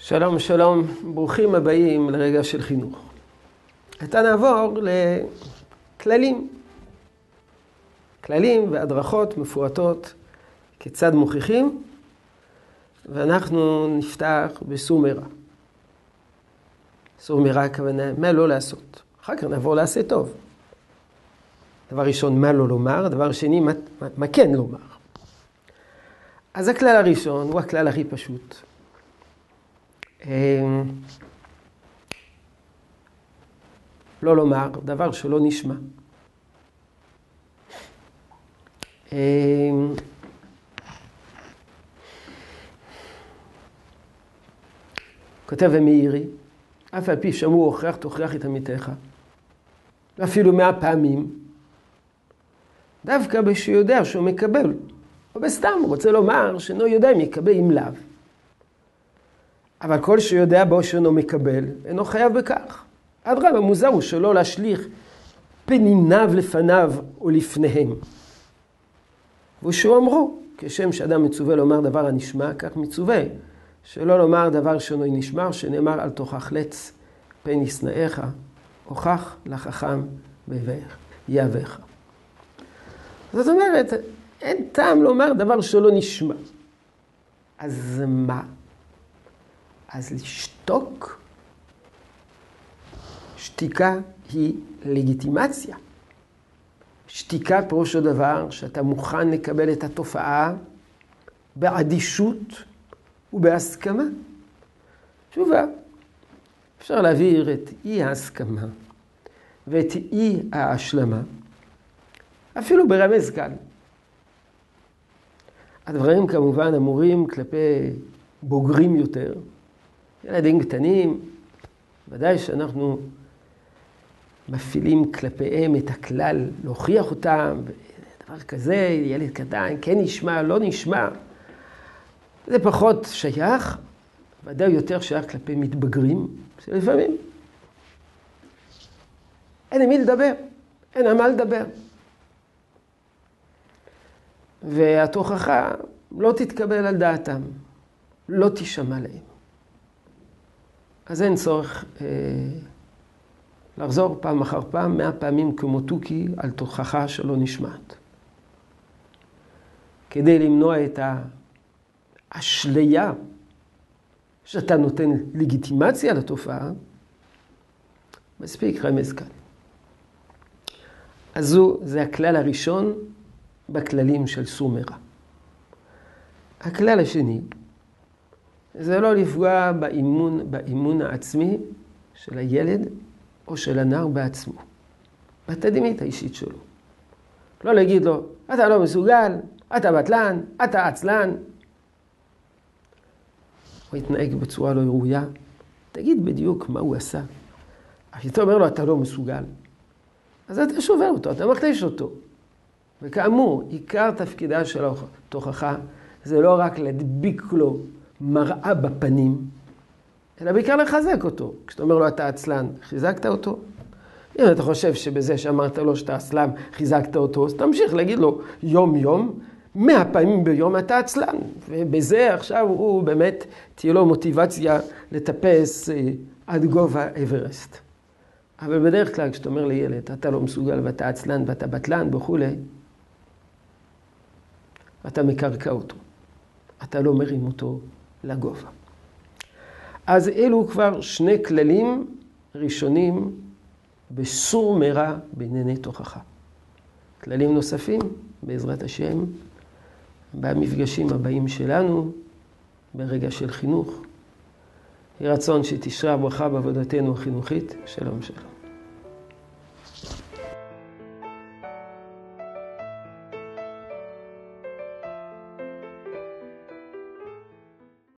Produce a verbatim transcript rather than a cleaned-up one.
שלום שלום, ברוכים הבאים לרגע של חינוך. עתה נעבור לכללים. כללים והדרכות מפורטות כיצד מוכיחים, ואנחנו נפתח בסור מרע. סור מרע הכוונה מה לא לעשות. אחר כך נעבור לעשה טוב. דבר ראשון, מה לא לומר, דבר שני, מה, מה, מה כן לומר. אז הכלל הראשון הוא הכלל הכי פשוט. לא לומר דבר שלא נשמע. כותב המאירי, אף על פי שמעו הוכרח תוכרח את עמיתך, אפילו מאה פעמים, דווקא בשביל יודע שהוא מקבל, או בסתם הוא רוצה לומר שאינו יודע אם יקבל אם לאו. אבל כל שיודע בו שאינו מקבל, אינו חייב בכך. אדרבה, מוזר הוא שלא להשליך פניניו לפניו או לפניהם. ושהוא אמרו, כשם שאדם מצווה לומר דבר הנשמע, כך מצווה, שלא לומר דבר שאינו נשמע, שנאמר על תוכח לץ פן ישנאיך, הוכח לחכם ויאבך. זאת אומרת, אין טעם לומר דבר שלא נשמע. אז מה? אז לשתוק, שתיקה היא לגיטימציה. שתיקה פירושו דבר שאתה מוכן לקבל את התופעה באדישות ובהסכמה. תשובה, אפשר להעביר את אי ההסכמה ואת אי ההשלמה, אפילו ברמז קל. הדברים כמובן אמורים כלפי בוגרים יותר, ילדים קטנים, ודאי שאנחנו מפעילים כלפיהם את הכלל, להוכיח אותם, דבר כזה, ילד קטן, כן נשמע, לא נשמע. זה פחות שייך, ודאי יותר שייך כלפי מתבגרים, שלפעמים אין עם מי לדבר, אין על מה לדבר. והתוכחה לא תתקבל על דעתם, לא תשמע להם. אז אין צורך אה, לחזור פעם אחר פעם, מאה פעמים כמו תוכי על תוכחה שלא נשמעת. כדי למנוע את האשליה שאתה נותן לגיטימציה לתופעה, מספיק רמז כאן. אז זו, זה הכלל הראשון בכללים של סור מרע. הכלל השני, זה לא לפגוע באימון, באימון העצמי של הילד או של הנער בעצמו. בתדמית האישית שלו. לא להגיד לו, אתה לא מסוגל, אתה בטלן, אתה עצלן. הוא יתנהג בצורה לא ראויה. תגיד בדיוק מה הוא עשה. כשאתה אומר לו, אתה לא מסוגל. אז אתה שובר אותו, אתה מחליש אותו. וכאמור, עיקר תפקידה של התוכחה, זה לא רק להדביק לו מראה בפנים, אלא בעיקר לחזק אותו. כשאתה אומר לו, אתה עצלן, חיזקת אותו? אם אתה חושב שבזה שאמרת לו שאתה עצלן, חיזקת אותו, אז תמשיך להגיד לו יום יום, מאה פעמים ביום אתה עצלן. ובזה עכשיו הוא באמת, תהיה לו מוטיבציה לטפס עד גובה אברסט. אבל בדרך כלל כשאתה אומר לילד, אתה לא מסוגל ואתה עצלן ואתה בטלן וכו', אתה מקרקע אותו. אתה לא מרים אותו לגובה. אז אלו כבר שני כללים ראשונים בסור מרע בענייני תוכחה. כללים נוספים, בעזרת השם, במפגשים הבאים שלנו, ברגע של חינוך. יהי רצון שתשרה ברכה בעבודתנו החינוכית. שלום שלום.